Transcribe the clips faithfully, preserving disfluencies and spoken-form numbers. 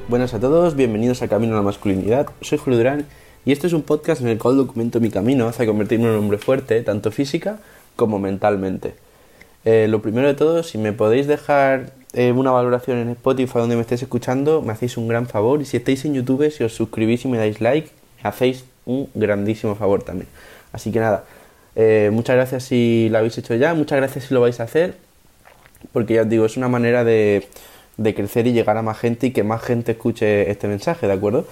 Buenas a todos, bienvenidos a Camino a la Masculinidad. Soy Julio Durán y este es un podcast en el cual documento mi camino hacia convertirme en un hombre fuerte, tanto física como mentalmente. Eh, lo primero de todo, si me podéis dejar eh, una valoración en Spotify donde me estéis escuchando, me hacéis un gran favor. Y si estáis en YouTube, si os suscribís y me dais like, me hacéis un grandísimo favor también. Así que nada, eh, muchas gracias si lo habéis hecho ya, muchas gracias si lo vais a hacer, porque ya os digo, es una manera de... de crecer y llegar a más gente y que más gente escuche este mensaje, ¿de acuerdo?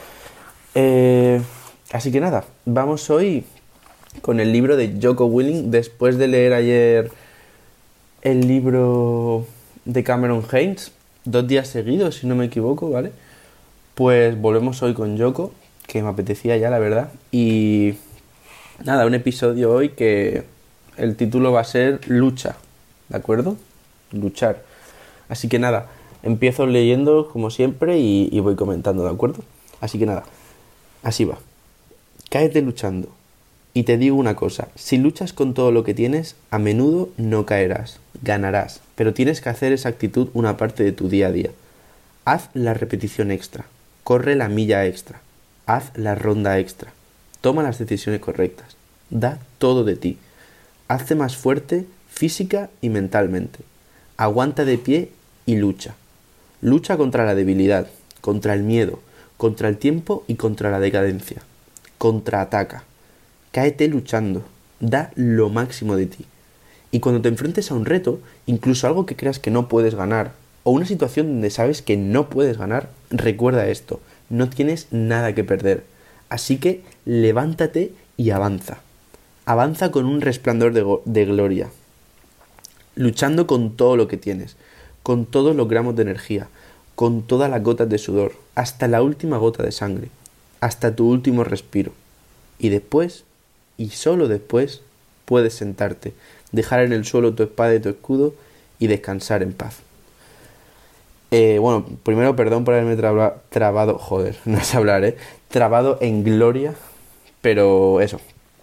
Eh, así que nada, vamos hoy con el libro de Jocko Willink. Después de leer ayer el libro de Cameron Hanes, dos días seguidos, si no me equivoco, ¿vale? Pues volvemos hoy con Jocko, que me apetecía ya, la verdad. Y nada, un episodio hoy que el título va a ser Lucha, ¿de acuerdo? Luchar. Así que nada, empiezo leyendo como siempre y, y voy comentando, ¿de acuerdo? Así que nada, así va. Cáete luchando. Y te digo una cosa, si luchas con todo lo que tienes, a menudo no caerás, ganarás, pero tienes que hacer esa actitud una parte de tu día a día. Haz la repetición extra, corre la milla extra, haz la ronda extra, toma las decisiones correctas, da todo de ti, hazte más fuerte física y mentalmente, aguanta de pie y lucha. Lucha contra la debilidad, contra el miedo, contra el tiempo y contra la decadencia. Contraataca. Cáete luchando. Da lo máximo de ti. Y cuando te enfrentes a un reto, incluso algo que creas que no puedes ganar, o una situación donde sabes que no puedes ganar, recuerda esto. No tienes nada que perder. Así que levántate y avanza. Avanza con un resplandor de, go- de gloria. Luchando con todo lo que tienes. Con todos los gramos de energía, con todas las gotas de sudor, hasta la última gota de sangre, hasta tu último respiro. Y después, y solo después, puedes sentarte, dejar en el suelo tu espada y tu escudo y descansar en paz. Eh, bueno, primero perdón por haberme traba- trabado, joder, no sé hablar, eh, trabado en gloria, pero eso.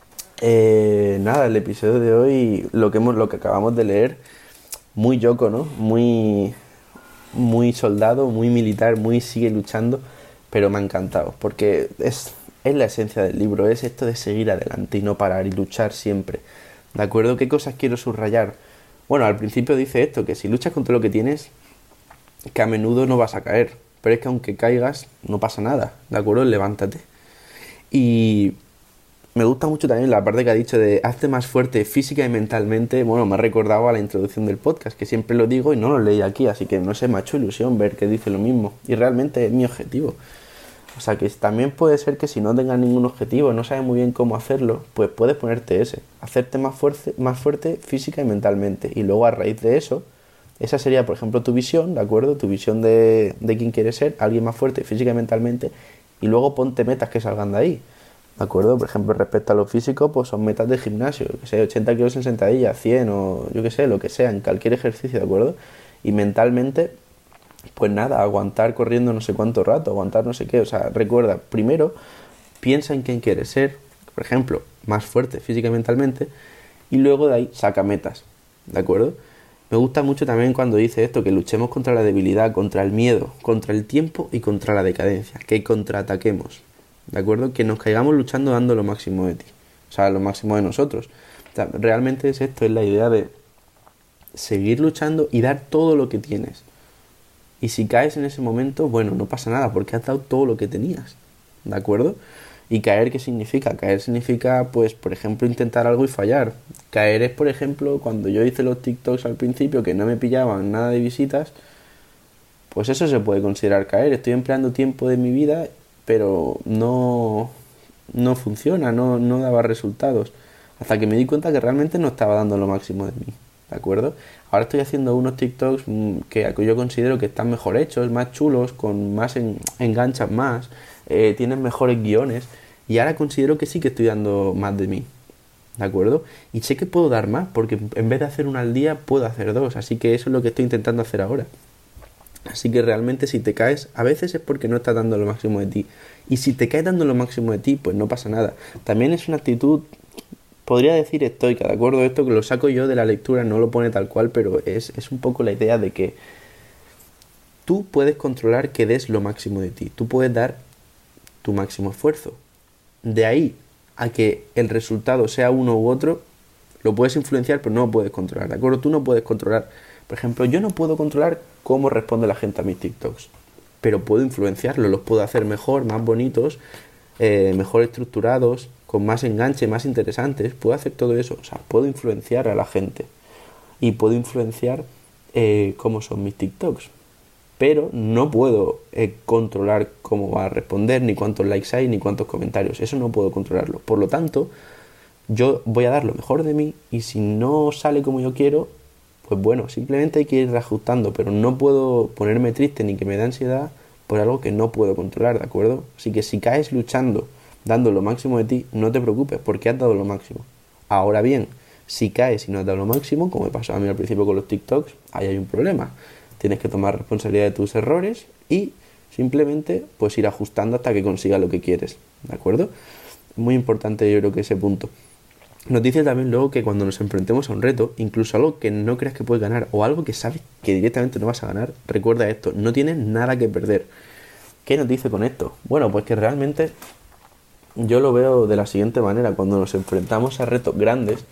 Eh, nada, el episodio de hoy, lo que hemos, lo que acabamos de leer, muy Jocko, ¿no? Muy, muy soldado, muy militar, muy sigue luchando, pero me ha encantado, porque es, es la esencia del libro, es esto de seguir adelante y no parar y luchar siempre. ¿De acuerdo? ¿Qué cosas quiero subrayar? Bueno, al principio dice esto, que si luchas contra lo que tienes, que a menudo no vas a caer, pero es que aunque caigas, no pasa nada, ¿de acuerdo? Levántate. Y me gusta mucho también la parte que ha dicho de hazte más fuerte física y mentalmente. Bueno, me ha recordado a la introducción del podcast, que siempre lo digo y no lo leí aquí, así que no sé, me ha hecho ilusión ver que dice lo mismo. Y realmente es mi objetivo. O sea que también puede ser que si no tengas ningún objetivo, no sabes muy bien cómo hacerlo, pues puedes ponerte ese. Hacerte más fuerte, más fuerte física y mentalmente. Y luego a raíz de eso, esa sería, por ejemplo, tu visión, ¿de acuerdo? Tu visión de, de quién quieres ser, alguien más fuerte física y mentalmente. Y luego ponte metas que salgan de ahí. ¿De acuerdo? Por ejemplo, respecto a lo físico, pues son metas de gimnasio, que sé, ochenta kilos en sentadilla, cien o yo que sé, lo que sea, en cualquier ejercicio, ¿de acuerdo? Y mentalmente, pues nada, aguantar corriendo no sé cuánto rato, aguantar no sé qué, o sea, recuerda, primero, piensa en quién quieres ser, por ejemplo, más fuerte física y mentalmente, y luego de ahí saca metas, ¿de acuerdo? Me gusta mucho también cuando dice esto, que luchemos contra la debilidad, contra el miedo, contra el tiempo y contra la decadencia, que contraataquemos. ¿De acuerdo? Que nos caigamos luchando dando lo máximo de ti. O sea, lo máximo de nosotros. O sea, realmente es esto, es la idea de seguir luchando y dar todo lo que tienes. Y si caes en ese momento, bueno, no pasa nada porque has dado todo lo que tenías. ¿De acuerdo? ¿Y caer qué significa? Caer significa, pues, por ejemplo, intentar algo y fallar. Caer es, por ejemplo, cuando yo hice los TikToks al principio que no me pillaban nada de visitas, pues eso se puede considerar caer. Estoy empleando tiempo de mi vida pero no, no funciona, no, no daba resultados. Hasta que me di cuenta que realmente no estaba dando lo máximo de mí, ¿de acuerdo? Ahora estoy haciendo unos TikToks que yo considero que están mejor hechos, más chulos, con más en, enganchan más, eh, tienen mejores guiones, y ahora considero que sí que estoy dando más de mí, ¿de acuerdo? Y sé que puedo dar más, porque en vez de hacer uno al día, puedo hacer dos, así que eso es lo que estoy intentando hacer ahora. Así que realmente si te caes, a veces es porque no estás dando lo máximo de ti. Y si te caes dando lo máximo de ti, pues no pasa nada. También es una actitud, podría decir estoica, ¿de acuerdo? Esto que lo saco yo de la lectura, no lo pone tal cual, pero es, es un poco la idea de que tú puedes controlar que des lo máximo de ti. Tú puedes dar tu máximo esfuerzo. De ahí a que el resultado sea uno u otro, lo puedes influenciar, pero no lo puedes controlar, ¿de acuerdo? Tú no puedes controlar. Por ejemplo, yo no puedo controlar cómo responde la gente a mis TikToks, pero puedo influenciarlo, los puedo hacer mejor, más bonitos, eh, mejor estructurados, con más enganche, más interesantes. Puedo hacer todo eso, o sea, puedo influenciar a la gente y puedo influenciar eh, cómo son mis TikToks, pero no puedo eh, controlar cómo va a responder, ni cuántos likes hay, ni cuántos comentarios. Eso no puedo controlarlo. Por lo tanto, yo voy a dar lo mejor de mí, y si no sale como yo quiero, pues bueno, simplemente hay que ir reajustando, pero no puedo ponerme triste ni que me dé ansiedad por algo que no puedo controlar, ¿de acuerdo? Así que si caes luchando, dando lo máximo de ti, no te preocupes, porque has dado lo máximo. Ahora bien, si caes y no has dado lo máximo, como me pasó a mí al principio con los TikToks, ahí hay un problema. Tienes que tomar responsabilidad de tus errores y simplemente pues ir ajustando hasta que consigas lo que quieres, ¿de acuerdo? Muy importante, yo creo que ese punto. Nos dice también luego que cuando nos enfrentemos a un reto, incluso algo que no creas que puedes ganar o algo que sabes que directamente no vas a ganar, recuerda esto: no tienes nada que perder. ¿Qué nos dice con esto? Bueno, pues que realmente yo lo veo de la siguiente manera: cuando nos enfrentamos a retos grandes,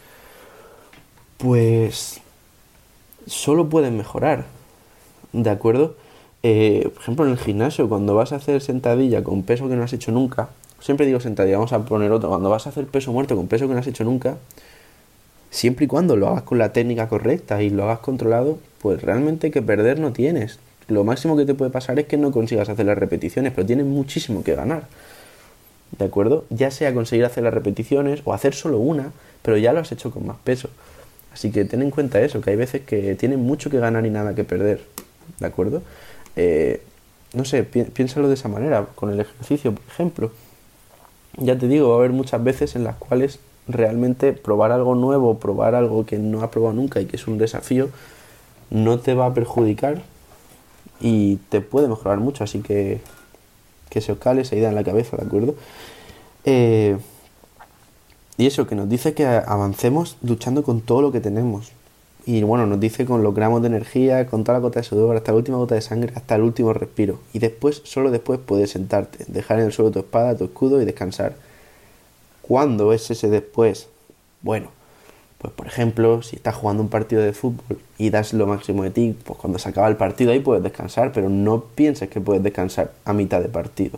pues solo puedes mejorar, ¿de acuerdo? Eh, por ejemplo, en el gimnasio, cuando vas a hacer sentadilla con peso que no has hecho nunca, siempre digo sentadilla, vamos a poner otro, cuando vas a hacer peso muerto con peso que no has hecho nunca, siempre y cuando lo hagas con la técnica correcta y lo hagas controlado, pues realmente que perder no tienes. Lo máximo que te puede pasar es que no consigas hacer las repeticiones, pero tienes muchísimo que ganar, ¿de acuerdo? Ya sea conseguir hacer las repeticiones o hacer solo una, pero ya lo has hecho con más peso. Así que ten en cuenta eso, que hay veces que tienes mucho que ganar y nada que perder, ¿de acuerdo? Eh, no sé, pi- piénsalo de esa manera, con el ejercicio, por ejemplo. Ya te digo, va a haber muchas veces en las cuales realmente probar algo nuevo, probar algo que no has probado nunca y que es un desafío, no te va a perjudicar y te puede mejorar mucho, así que que se os cale esa idea en la cabeza, ¿de acuerdo? Eh, y eso, que nos dice que avancemos luchando con todo lo que tenemos. Y bueno, nos dice con los gramos de energía, con toda la gota de sudor, hasta la última gota de sangre, hasta el último respiro. Y después, solo después puedes sentarte, dejar en el suelo tu espada, tu escudo y descansar. ¿Cuándo es ese después? Bueno, pues por ejemplo, si estás jugando un partido de fútbol y das lo máximo de ti, pues cuando se acaba el partido ahí puedes descansar, pero no pienses que puedes descansar a mitad de partido.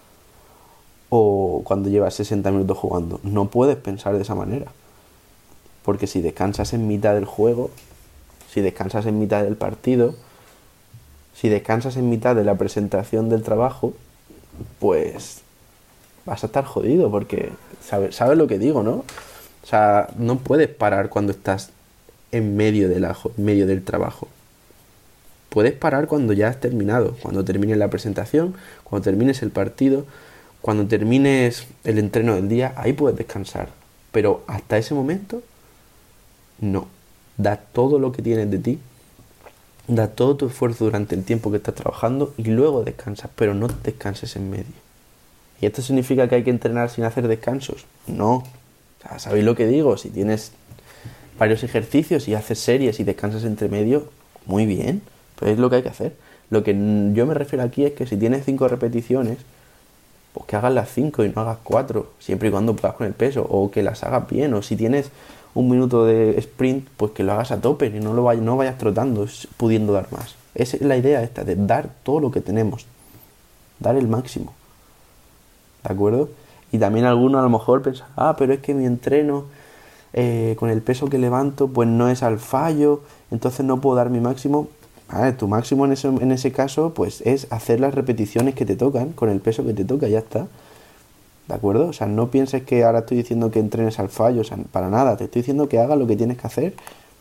O cuando llevas sesenta minutos jugando, no puedes pensar de esa manera. Porque si descansas en mitad del juego, si descansas en mitad del partido, si descansas en mitad de la presentación del trabajo, pues vas a estar jodido, porque sabes, sabes lo que digo, ¿no? O sea, no puedes parar cuando estás en medio del ajo, en medio del trabajo. Puedes parar cuando ya has terminado, cuando termines la presentación, cuando termines el partido, cuando termines el entreno del día, ahí puedes descansar. Pero hasta ese momento, no. Da todo lo que tienes de ti, da todo tu esfuerzo durante el tiempo que estás trabajando y luego descansas, pero no descanses en medio. ¿Y esto significa que hay que entrenar sin hacer descansos? No. O sea, ¿sabéis lo que digo? Si tienes varios ejercicios y haces series y descansas entre medio, muy bien, pues es lo que hay que hacer. Lo que yo me refiero aquí es que si tienes cinco repeticiones, pues que hagas las cinco y no hagas cuatro, siempre y cuando puedas con el peso, o que las hagas bien, o si tienes un minuto de sprint, pues que lo hagas a tope y no lo vayas, no vayas trotando, pudiendo dar más. Esa es la idea esta, de dar todo lo que tenemos, dar el máximo, ¿de acuerdo? Y también alguno a lo mejor piensa, ah, pero es que mi entreno eh, con el peso que levanto pues no es al fallo, entonces no puedo dar mi máximo. A ver, tu máximo en ese, en ese caso pues es hacer las repeticiones que te tocan con el peso que te toca, ya está, ¿de acuerdo? O sea, no pienses que ahora estoy diciendo que entrenes al fallo, o sea, para nada, te estoy diciendo que hagas lo que tienes que hacer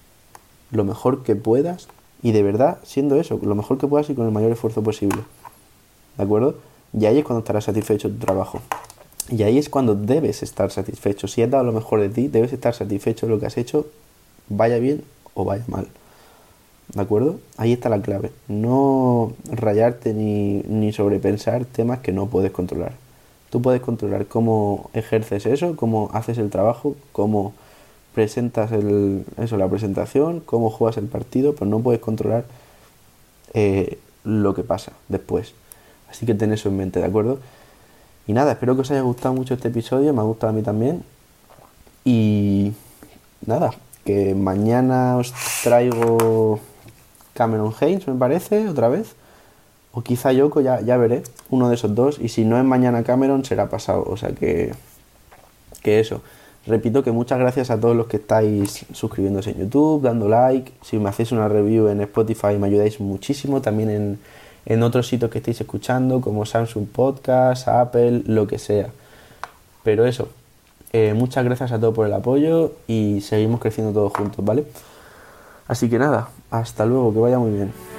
lo mejor que puedas y de verdad siendo eso, lo mejor que puedas y con el mayor esfuerzo posible, ¿de acuerdo? Y ahí es cuando estarás satisfecho de tu trabajo. Y ahí es cuando debes estar satisfecho. Si has dado lo mejor de ti, debes estar satisfecho de lo que has hecho, vaya bien o vaya mal, ¿de acuerdo? Ahí está la clave. No rayarte ni, ni sobrepensar temas que no puedes controlar. Tú puedes controlar cómo ejerces eso, cómo haces el trabajo, cómo presentas el, eso, la presentación, cómo juegas el partido, pero no puedes controlar eh, lo que pasa después. Así que ten eso en mente, ¿de acuerdo? Y nada, espero que os haya gustado mucho este episodio, me ha gustado a mí también. Y nada, que mañana os traigo Cameron Haynes, me parece, otra vez. O quizá Yoko, ya, ya veré, uno de esos dos. Y si no es mañana Cameron, será pasado. O sea que, que eso. Repito que muchas gracias a todos los que estáis suscribiéndose en YouTube, dando like. Si me hacéis una review en Spotify me ayudáis muchísimo. También en, en otros sitios que estéis escuchando, como Samsung Podcast, Apple, lo que sea. Pero eso, eh, muchas gracias a todos por el apoyo y seguimos creciendo todos juntos, ¿vale? Así que nada, hasta luego, que vaya muy bien.